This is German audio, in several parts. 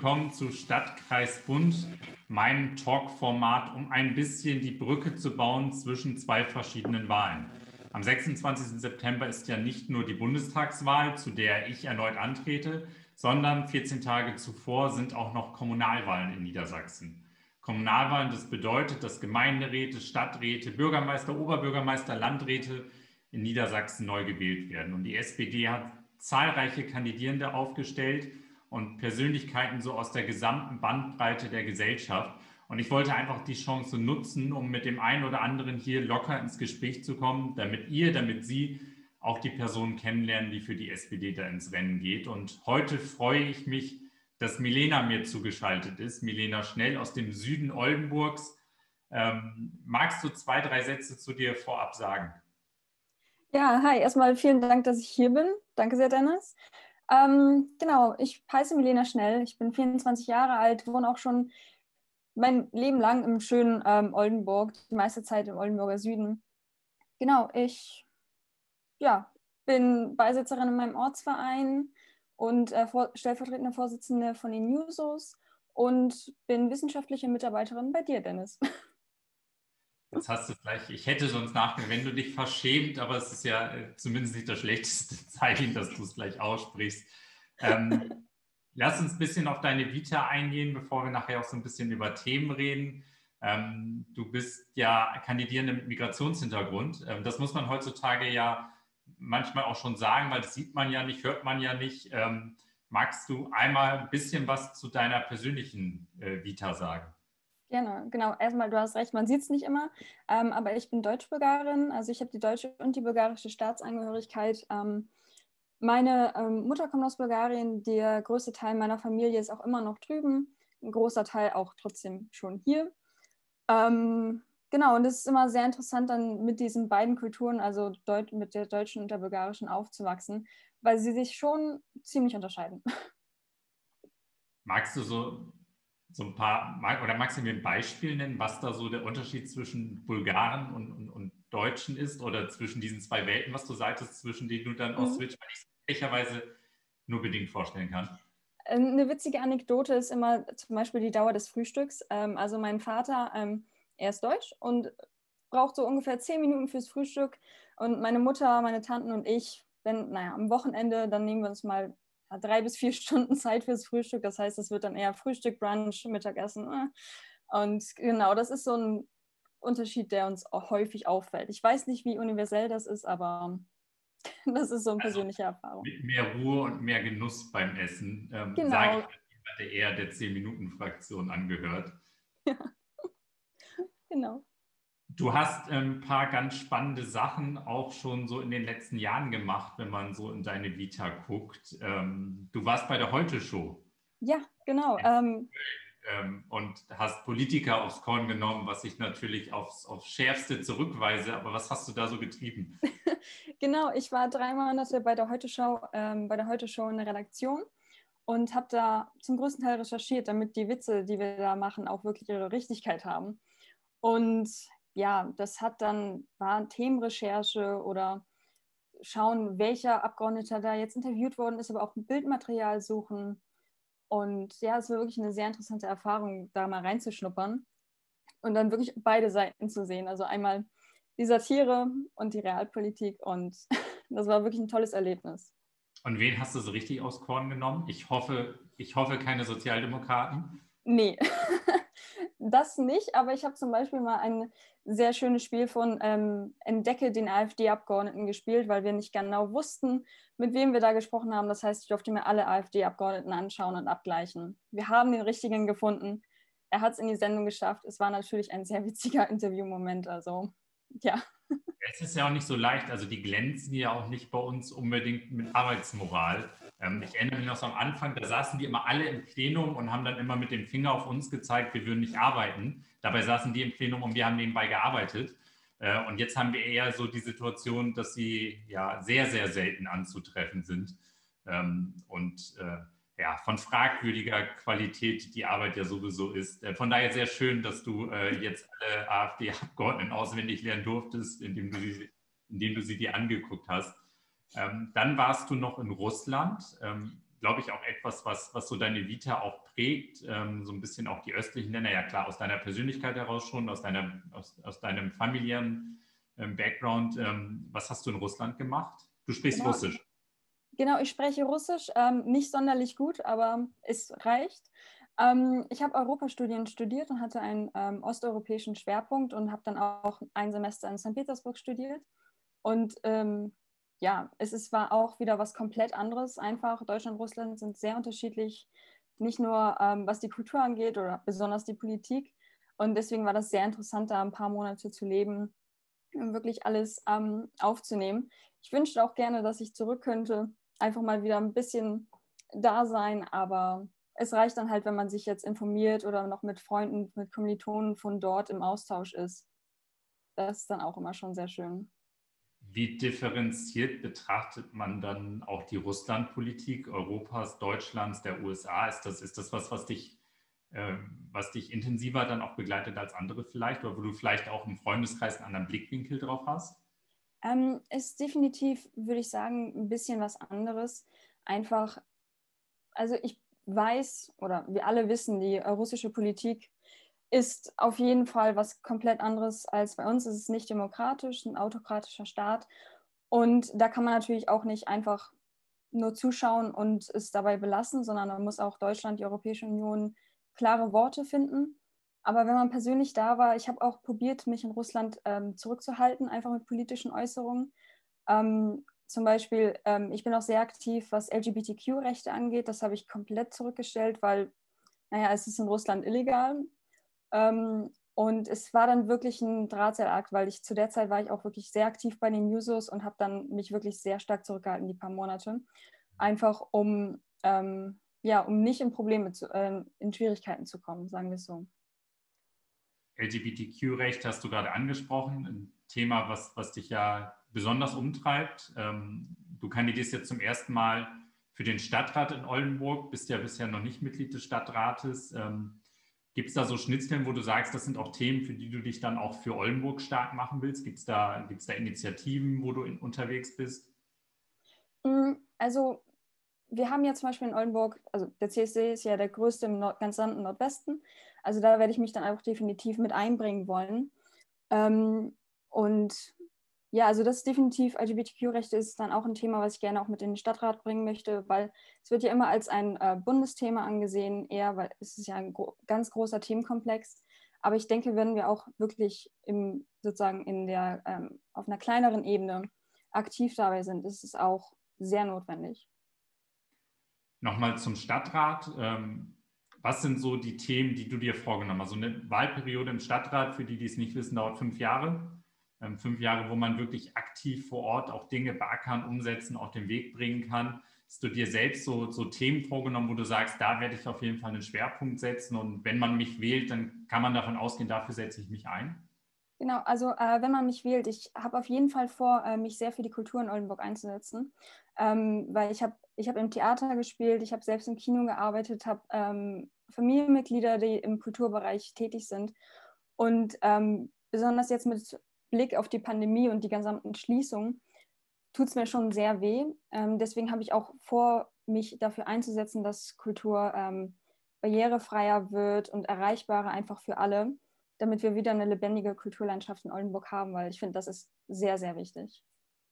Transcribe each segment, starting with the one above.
willkommen zu Stadtkreis Bunt, meinem Talk-Format, um ein bisschen die Brücke zu bauen zwischen zwei verschiedenen Wahlen. Am 26. September ist ja nicht nur die Bundestagswahl, zu der ich erneut antrete, sondern 14 Tage zuvor sind auch noch Kommunalwahlen in Niedersachsen. Kommunalwahlen, das bedeutet, dass Gemeinderäte, Stadträte, Bürgermeister, Oberbürgermeister, Landräte in Niedersachsen neu gewählt werden. Und die SPD hat zahlreiche Kandidierende aufgestellt und Persönlichkeiten so aus der gesamten Bandbreite der Gesellschaft. Und ich wollte einfach die Chance nutzen, um mit dem einen oder anderen hier locker ins Gespräch zu kommen, damit Sie auch die Person kennenlernen, die für die SPD da ins Rennen geht. Und heute freue ich mich, dass Milena mir zugeschaltet ist. Milena Schnell aus dem Süden Oldenburgs. Magst du 2, 3 Sätze zu dir vorab sagen? Ja, hi, erstmal vielen Dank, dass ich hier bin. Danke sehr, Dennis. Genau, ich heiße Milena Schnell, ich bin 24 Jahre alt, wohne auch schon mein Leben lang im schönen Oldenburg, die meiste Zeit im Oldenburger Süden. Genau, ich ja, bin Beisitzerin in meinem Ortsverein und stellvertretende Vorsitzende von den Jusos und bin wissenschaftliche Mitarbeiterin bei dir, Dennis. Jetzt hast du gleich, ich hätte sonst nachgedacht, wenn du dich verschämt, aber es ist ja zumindest nicht das schlechteste Zeichen, dass du es gleich aussprichst. Lass uns ein bisschen auf deine Vita eingehen, bevor wir nachher auch so ein bisschen über Themen reden. Du bist ja Kandidierende mit Migrationshintergrund. Das muss man heutzutage ja manchmal auch schon sagen, weil das sieht man ja nicht, hört man ja nicht. Magst du einmal ein bisschen was zu deiner persönlichen Vita sagen? Gerne, genau. Erstmal, du hast recht, man sieht es nicht immer, aber ich bin Deutsch-Bulgarin, also ich habe die deutsche und die bulgarische Staatsangehörigkeit. Meine Mutter kommt aus Bulgarien, der größte Teil meiner Familie ist auch immer noch drüben, ein großer Teil auch trotzdem schon hier. Genau, und es ist immer sehr interessant, dann mit diesen beiden Kulturen, also mit der deutschen und der bulgarischen, aufzuwachsen, weil sie sich schon ziemlich unterscheiden. Magst du so ein paar, oder magst du mir ein Beispiel nennen, was da so der Unterschied zwischen Bulgaren und Deutschen ist oder zwischen diesen zwei Welten, was du sagtest, zwischen denen du dann auch Mhm. switcht, weil ich es ehrlicherweise nur bedingt vorstellen kann? Eine witzige Anekdote ist immer zum Beispiel die Dauer des Frühstücks. Also mein Vater, er ist deutsch und braucht so ungefähr 10 Minuten fürs Frühstück. Und meine Mutter, meine Tanten und ich, wenn, naja, am Wochenende, dann nehmen wir uns mal 3 bis 4 Stunden Zeit fürs Frühstück. Das heißt, es wird dann eher Frühstück, Brunch, Mittagessen. Und genau, das ist so ein Unterschied, der uns auch häufig auffällt. Ich weiß nicht, wie universell das ist, aber das ist so eine Also persönliche Erfahrung. mit mehr Ruhe und mehr Genuss beim Essen, sage ich Genau, als jemand, der eher der 10-Minuten-Fraktion angehört. genau. Du hast ein paar ganz spannende Sachen auch schon so in den letzten Jahren gemacht, wenn man so in deine Vita guckt. Du warst bei der Heute-Show. Ja, genau. Und hast Politiker aufs Korn genommen, was ich natürlich aufs Schärfste zurückweise. Aber was hast du da so getrieben? Genau, ich war 3 Monate bei der Heute-Show in der Redaktion und habe da zum größten Teil recherchiert, damit die Witze, die wir da machen, auch wirklich ihre Richtigkeit haben. Und ja, war Themenrecherche oder schauen, welcher Abgeordneter da jetzt interviewt worden ist, aber auch Bildmaterial suchen. Und ja, es war wirklich eine sehr interessante Erfahrung, da mal reinzuschnuppern und dann wirklich beide Seiten zu sehen. Also einmal die Satire und die Realpolitik und das war wirklich ein tolles Erlebnis. Und wen hast du so richtig aufs Korn genommen? Ich hoffe keine Sozialdemokraten. Nee, das nicht, aber ich habe zum Beispiel mal ein sehr schönes Spiel von Entdecke den AfD-Abgeordneten gespielt, weil wir nicht genau wussten, mit wem wir da gesprochen haben. Das heißt, ich durfte mir alle AfD-Abgeordneten anschauen und abgleichen. Wir haben den richtigen gefunden. Er hat es in die Sendung geschafft. Es war natürlich ein sehr witziger Interviewmoment. Also, ja. Es ist ja auch nicht so leicht, also die glänzen ja auch nicht bei uns unbedingt mit Arbeitsmoral. Ich erinnere mich noch so am Anfang, da saßen die immer alle im Plenum und haben dann immer mit dem Finger auf uns gezeigt, wir würden nicht arbeiten. Dabei saßen die im Plenum und wir haben nebenbei gearbeitet. Und jetzt haben wir eher so die Situation, dass sie ja sehr, sehr selten anzutreffen sind. Und ja, von fragwürdiger Qualität die Arbeit ja sowieso ist. Von daher sehr schön, dass du jetzt alle AfD-Abgeordneten auswendig lernen durftest, indem du sie dir angeguckt hast. Dann warst du noch in Russland. glaube ich, auch etwas, was so deine Vita auch prägt, so ein bisschen auch die östlichen Länder, ja klar, aus deiner Persönlichkeit heraus schon, aus deinem familiären Background. Was hast du in Russland gemacht? Du sprichst Genau, Russisch. genau, ich spreche Russisch, nicht sonderlich gut, aber es reicht. Ich habe Europastudien studiert und hatte einen osteuropäischen Schwerpunkt und habe dann auch ein Semester in St. Petersburg studiert. Und ja, war auch wieder was komplett anderes. Einfach Deutschland und Russland sind sehr unterschiedlich, nicht nur was die Kultur angeht oder besonders die Politik. Und deswegen war das sehr interessant, da ein paar Monate zu leben, um wirklich alles aufzunehmen. Ich wünschte auch gerne, dass ich zurück könnte, einfach mal wieder ein bisschen da sein, aber es reicht dann halt, wenn man sich jetzt informiert oder noch mit Freunden, mit Kommilitonen von dort im Austausch ist. Das ist dann auch immer schon sehr schön. Wie differenziert betrachtet man dann auch die Russlandpolitik Europas, Deutschlands, der USA? Ist das was dich intensiver dann auch begleitet als andere vielleicht, oder wo du vielleicht auch im Freundeskreis einen anderen Blickwinkel drauf hast? Ist definitiv, würde ich sagen, ein bisschen was anderes. Einfach, also ich weiß oder wir alle wissen, die russische Politik ist auf jeden Fall was komplett anderes als bei uns. Es ist nicht demokratisch, ein autokratischer Staat. Und da kann man natürlich auch nicht einfach nur zuschauen und es dabei belassen, sondern man muss auch Deutschland, die Europäische Union klare Worte finden. Aber wenn man persönlich da war, ich habe auch probiert, mich in Russland zurückzuhalten, einfach mit politischen Äußerungen. Zum Beispiel, ich bin auch sehr aktiv, was LGBTQ-Rechte angeht. Das habe ich komplett zurückgestellt, weil, naja, es ist in Russland illegal. Und es war dann wirklich ein Drahtseilakt, weil zu der Zeit war ich auch wirklich sehr aktiv bei den Jusos und habe dann mich wirklich sehr stark zurückgehalten, die paar Monate. Einfach ja, um nicht in Schwierigkeiten zu kommen, sagen wir es so. LGBTQ-Recht hast du gerade angesprochen, ein Thema, was dich ja besonders umtreibt. Du kandidierst jetzt zum ersten Mal für den Stadtrat in Oldenburg, bist ja bisher noch nicht Mitglied des Stadtrates. Gibt es da so Schnittstellen, wo du sagst, das sind auch Themen, für die du dich dann auch für Oldenburg stark machen willst? Gibt's da Initiativen, wo du unterwegs bist? Also wir haben ja zum Beispiel in Oldenburg, also der CSD ist ja der größte im gesamten Nordwesten. Also da werde ich mich dann auch definitiv mit einbringen wollen. Und ja, also das ist definitiv, LGBTQ-Rechte ist dann auch ein Thema, was ich gerne auch mit in den Stadtrat bringen möchte, weil es wird ja immer als ein Bundesthema angesehen, eher, weil es ist ja ein ganz großer Themenkomplex. Aber ich denke, wenn wir auch wirklich sozusagen auf einer kleineren Ebene aktiv dabei sind, ist es auch sehr notwendig. Nochmal zum Stadtrat. Was sind so die Themen, die du dir vorgenommen hast? So eine Wahlperiode im Stadtrat, für die, die es nicht wissen, dauert 5 Jahre. 5 Jahre, wo man wirklich aktiv vor Ort auch Dinge beackern, umsetzen, auf den Weg bringen kann. Hast du dir selbst so Themen vorgenommen, wo du sagst, da werde ich auf jeden Fall einen Schwerpunkt setzen und wenn man mich wählt, dann kann man davon ausgehen, dafür setze ich mich ein? Genau, also wenn man mich wählt, ich habe auf jeden Fall vor, mich sehr für die Kultur in Oldenburg einzusetzen, weil ich hab im Theater gespielt, ich habe selbst im Kino gearbeitet, habe Familienmitglieder, die im Kulturbereich tätig sind und besonders jetzt mit Blick auf die Pandemie und die gesamten Schließungen tut es mir schon sehr weh. Deswegen habe ich auch vor, mich dafür einzusetzen, dass Kultur barrierefreier wird und erreichbarer einfach für alle, damit wir wieder eine lebendige Kulturlandschaft in Oldenburg haben, weil ich finde, das ist sehr, sehr wichtig.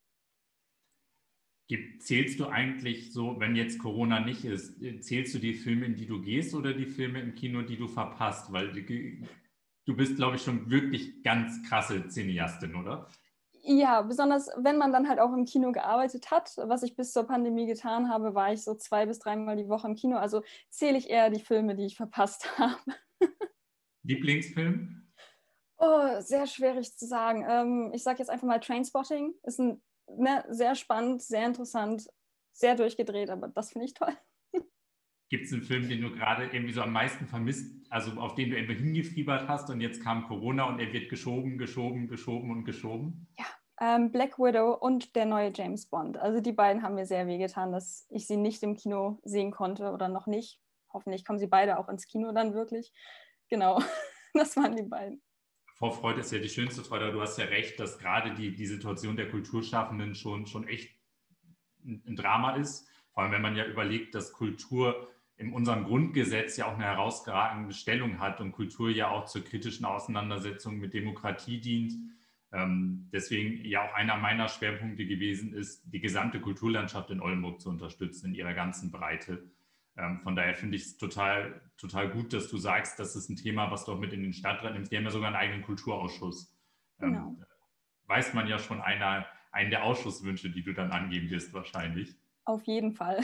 Zählst du eigentlich so, wenn jetzt Corona nicht ist, zählst du die Filme, in die du gehst oder die Filme im Kino, die du verpasst? Weil du bist, glaube ich, schon wirklich ganz krasse Cineastin, oder? Ja, besonders wenn man dann halt auch im Kino gearbeitet hat, was ich bis zur Pandemie getan habe, war ich so 2 bis 3 Mal die Woche im Kino. Also zähle ich eher die Filme, die ich verpasst habe. Lieblingsfilm? Oh, sehr schwierig zu sagen. Ich sage jetzt einfach mal Trainspotting. Sehr spannend, sehr interessant, sehr durchgedreht, aber das finde ich toll. Gibt es einen Film, den du gerade irgendwie so am meisten vermisst, also auf den du irgendwie hingefiebert hast und jetzt kam Corona und er wird geschoben, geschoben, geschoben und geschoben? Ja, Black Widow und der neue James Bond. Also die beiden haben mir sehr wehgetan, dass ich sie nicht im Kino sehen konnte oder noch nicht. Hoffentlich kommen sie beide auch ins Kino dann wirklich. Genau, das waren die beiden. Vorfreude ist ja die schönste Freude, aber du hast ja recht, dass gerade die Situation der Kulturschaffenden schon echt ein Drama ist. Vor allem, wenn man ja überlegt, dass Kultur in unserem Grundgesetz ja auch eine herausragende Stellung hat und Kultur ja auch zur kritischen Auseinandersetzung mit Demokratie dient. Deswegen ja auch einer meiner Schwerpunkte gewesen ist, die gesamte Kulturlandschaft in Oldenburg zu unterstützen in ihrer ganzen Breite. Von daher finde ich es total, total gut, dass du sagst, das ist ein Thema, was du auch mit in den Stadtrat nimmst. Die haben ja sogar einen eigenen Kulturausschuss. Genau. Weiß man ja schon einen der Ausschusswünsche, die du dann angeben wirst wahrscheinlich. Auf jeden Fall.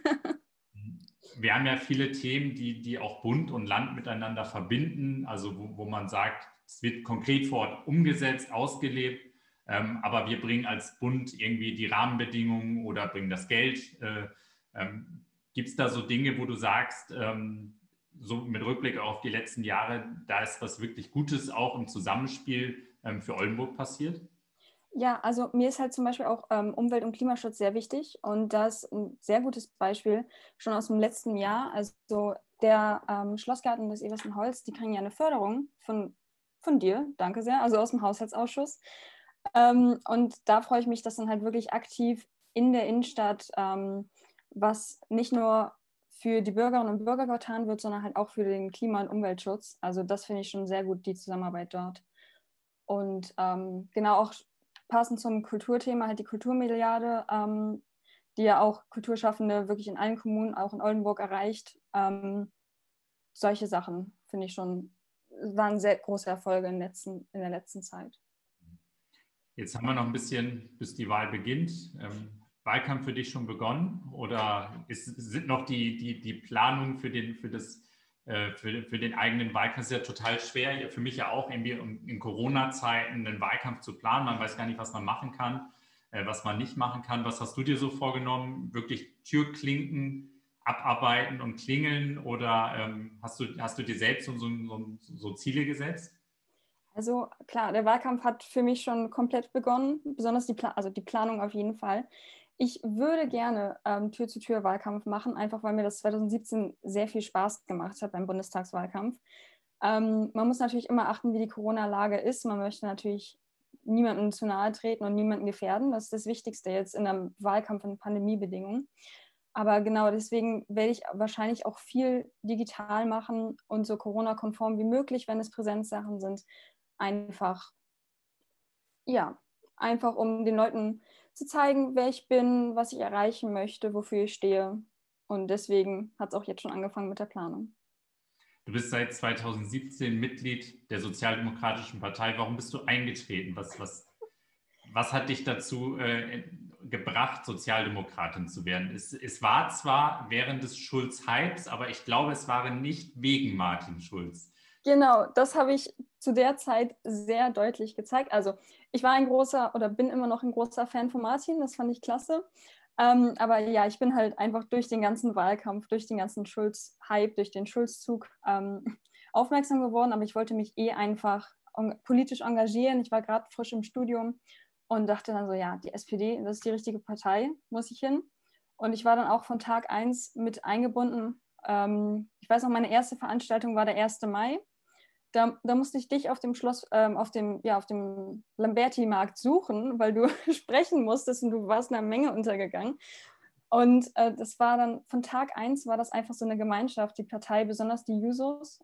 Wir haben ja viele Themen, die auch Bund und Land miteinander verbinden, also wo man sagt, es wird konkret vor Ort umgesetzt, ausgelebt, aber wir bringen als Bund irgendwie die Rahmenbedingungen oder bringen das Geld. Gibt es da so Dinge, wo du sagst, so mit Rückblick auf die letzten Jahre, da ist was wirklich Gutes auch im Zusammenspiel für Oldenburg passiert? Ja, also mir ist halt zum Beispiel auch Umwelt- und Klimaschutz sehr wichtig und das ist ein sehr gutes Beispiel schon aus dem letzten Jahr. Also der Schlossgarten des Everstenholz, die kriegen ja eine Förderung von dir, danke sehr, also aus dem Haushaltsausschuss. Und da freue ich mich, dass dann halt wirklich aktiv in der Innenstadt, was nicht nur für die Bürgerinnen und Bürger getan wird, sondern halt auch für den Klima- und Umweltschutz. Also das finde ich schon sehr gut, die Zusammenarbeit dort. Und genau auch passend zum Kulturthema halt die Kulturmilliarde, die ja auch Kulturschaffende wirklich in allen Kommunen, auch in Oldenburg erreicht. Solche Sachen finde ich schon, waren sehr große Erfolge in der letzten Zeit. Jetzt haben wir noch ein bisschen, bis die Wahl beginnt. Wahlkampf für dich schon begonnen oder sind noch die Planungen für den eigenen Wahlkampf? Das ist ja total schwer, für mich ja auch irgendwie in Corona-Zeiten einen Wahlkampf zu planen. Man weiß gar nicht, was man machen kann, was man nicht machen kann. Was hast du dir so vorgenommen? Wirklich Türklinken abarbeiten und klingeln oder hast du dir selbst so Ziele gesetzt? Also klar, der Wahlkampf hat für mich schon komplett begonnen, besonders die Planung auf jeden Fall. Ich würde gerne Tür-zu-Tür-Wahlkampf machen, einfach weil mir das 2017 sehr viel Spaß gemacht hat beim Bundestagswahlkampf. Man muss natürlich immer achten, wie die Corona-Lage ist. Man möchte natürlich niemandem zu nahe treten und niemanden gefährden. Das ist das Wichtigste jetzt in einem Wahlkampf in Pandemiebedingungen. Aber genau deswegen werde ich wahrscheinlich auch viel digital machen und so Corona-konform wie möglich, wenn es Präsenzsachen sind. Einfach, ja, einfach um den Leuten zu zeigen, wer ich bin, was ich erreichen möchte, wofür ich stehe. Und deswegen hat es auch jetzt schon angefangen mit der Planung. Du bist seit 2017 Mitglied der Sozialdemokratischen Partei. Warum bist du eingetreten? Was hat dich dazu gebracht, Sozialdemokratin zu werden? Es war zwar während des Schulz-Hypes, aber ich glaube, es war nicht wegen Martin Schulz. Genau, das habe ich zu der Zeit sehr deutlich gezeigt. Also ich war ein großer oder bin immer noch ein großer Fan von Martin, das fand ich klasse. Aber ja, ich bin halt einfach durch den ganzen Wahlkampf, durch den ganzen Schulz-Hype, durch den Schulz-Zug aufmerksam geworden. Aber ich wollte mich einfach politisch engagieren. Ich war gerade frisch im Studium und dachte dann so, ja, die SPD, das ist die richtige Partei, muss ich hin. Und ich war dann auch von Tag 1 mit eingebunden. Ich weiß noch, meine erste Veranstaltung war der 1. Mai. Da musste ich dich auf dem Schloss, auf dem Lamberti-Markt suchen, weil du sprechen musstest und du warst in einer Menge untergegangen. Und das war dann, von Tag 1 war das einfach so eine Gemeinschaft, die Partei, besonders die Jusos.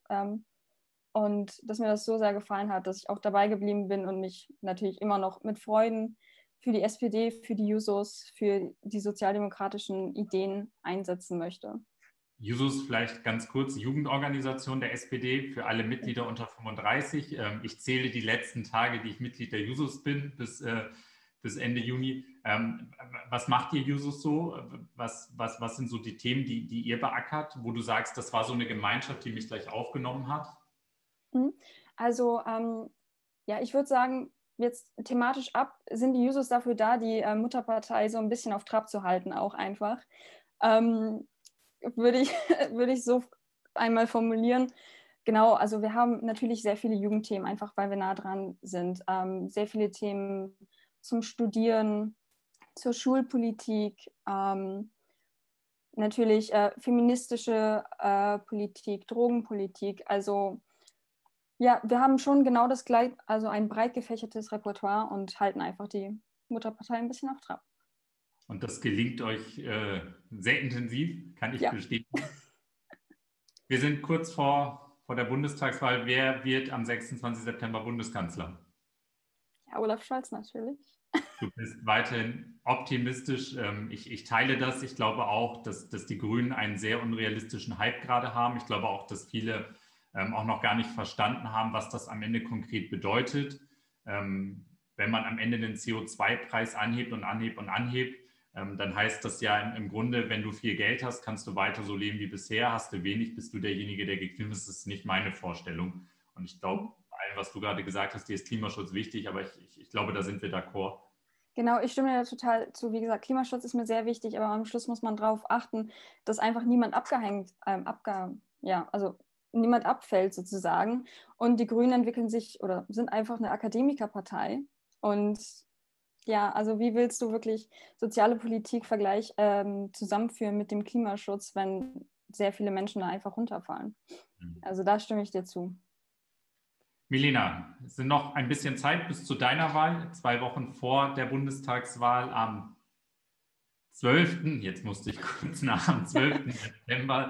Und dass mir das so sehr gefallen hat, dass ich auch dabei geblieben bin und mich natürlich immer noch mit Freuden für die SPD, für die Jusos, für die sozialdemokratischen Ideen einsetzen möchte. Jusos vielleicht ganz kurz, Jugendorganisation der SPD für alle Mitglieder unter 35. Ich zähle die letzten Tage, die ich Mitglied der Jusos bin, bis Ende Juni. Was macht ihr Jusos so? Was sind so die Themen, die ihr beackert, wo du sagst, das war so eine Gemeinschaft, die mich gleich aufgenommen hat? Also ja, ich würde sagen, jetzt thematisch sind die Jusos dafür da, die Mutterpartei so ein bisschen auf Trab zu halten, auch einfach. Ähm, würde ich so einmal formulieren. Genau, also wir haben natürlich sehr viele Jugendthemen, einfach weil wir nah dran sind. Sehr viele Themen zum Studieren, zur Schulpolitik, natürlich feministische Politik, Drogenpolitik. Also ja, wir haben schon genau das gleiche, also ein breit gefächertes Repertoire und halten einfach die Mutterpartei ein bisschen auf Trab. Und das gelingt euch sehr intensiv, kann ich bestätigen. Wir sind kurz vor der Bundestagswahl. Wer wird am 26. September Bundeskanzler? Ja, Olaf Scholz natürlich. Du bist weiterhin optimistisch. Ich teile das. Ich glaube auch, dass die Grünen einen sehr unrealistischen Hype gerade haben. Ich glaube auch, dass viele auch noch gar nicht verstanden haben, was das am Ende konkret bedeutet. Wenn man am Ende den CO2-Preis anhebt und anhebt und anhebt, dann heißt das ja im Grunde, wenn du viel Geld hast, kannst du weiter so leben wie bisher. Hast du wenig, bist du derjenige, der gekniffen ist. Das ist nicht meine Vorstellung. Und ich glaube, bei allem, was du gerade gesagt hast, dir ist Klimaschutz wichtig, aber ich glaube, da sind wir d'accord. Genau, ich stimme dir total zu. Wie gesagt, Klimaschutz ist mir sehr wichtig, aber am Schluss muss man darauf achten, dass einfach niemand niemand abfällt sozusagen. Und die Grünen entwickeln sich oder sind einfach eine Akademikerpartei. Und ja, also wie willst du wirklich soziale Politik zusammenführen mit dem Klimaschutz, wenn sehr viele Menschen da einfach runterfallen? Also da stimme ich dir zu. Milena, es sind noch ein bisschen Zeit bis zu deiner Wahl, 2 Wochen vor der Bundestagswahl am 12., jetzt musste ich kurz nach, am 12. September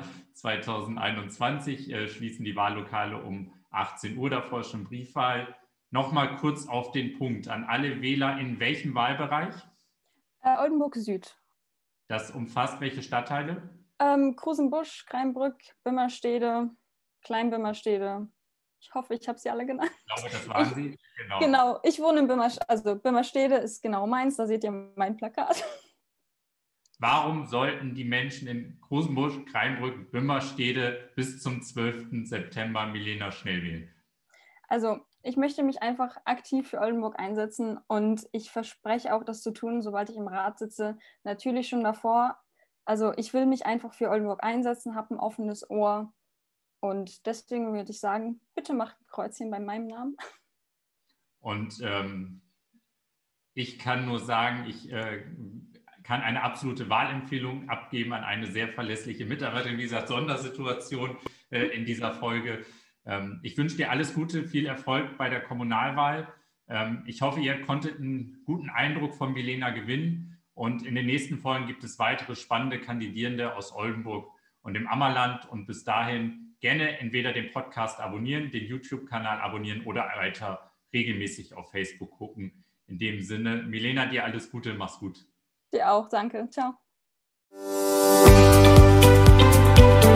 2021 schließen die Wahllokale um 18 Uhr, davor schon Briefwahl. Nochmal kurz auf den Punkt an alle Wähler, in welchem Wahlbereich? Oldenburg Süd. Das umfasst welche Stadtteile? Krusenbusch, Kreinbrück, Bimmerstede, Kleinbimmerstede. Ich hoffe, ich habe sie alle genannt. Ich glaube, das waren sie. Genau, ich wohne in Bimmerstede ist genau meins, da seht ihr mein Plakat. Warum sollten die Menschen in Krusenbusch, Kreinbrück, Bimmerstede bis zum 12. September Milena schnell wählen? Also ich möchte mich einfach aktiv für Oldenburg einsetzen und ich verspreche auch, das zu tun, sobald ich im Rat sitze. Natürlich schon davor. Also ich will mich einfach für Oldenburg einsetzen, habe ein offenes Ohr und deswegen würde ich sagen, bitte macht ein Kreuzchen bei meinem Namen. Und ich kann nur sagen, ich kann eine absolute Wahlempfehlung abgeben an eine sehr verlässliche Mitarbeiterin. Wie gesagt, Sondersituation in dieser Folge. Ich wünsche dir alles Gute, viel Erfolg bei der Kommunalwahl. Ich hoffe, ihr konntet einen guten Eindruck von Milena gewinnen. Und in den nächsten Folgen gibt es weitere spannende Kandidierende aus Oldenburg und dem Ammerland. Und bis dahin gerne entweder den Podcast abonnieren, den YouTube-Kanal abonnieren oder weiter regelmäßig auf Facebook gucken. In dem Sinne, Milena, dir alles Gute, mach's gut. Dir auch, danke. Ciao.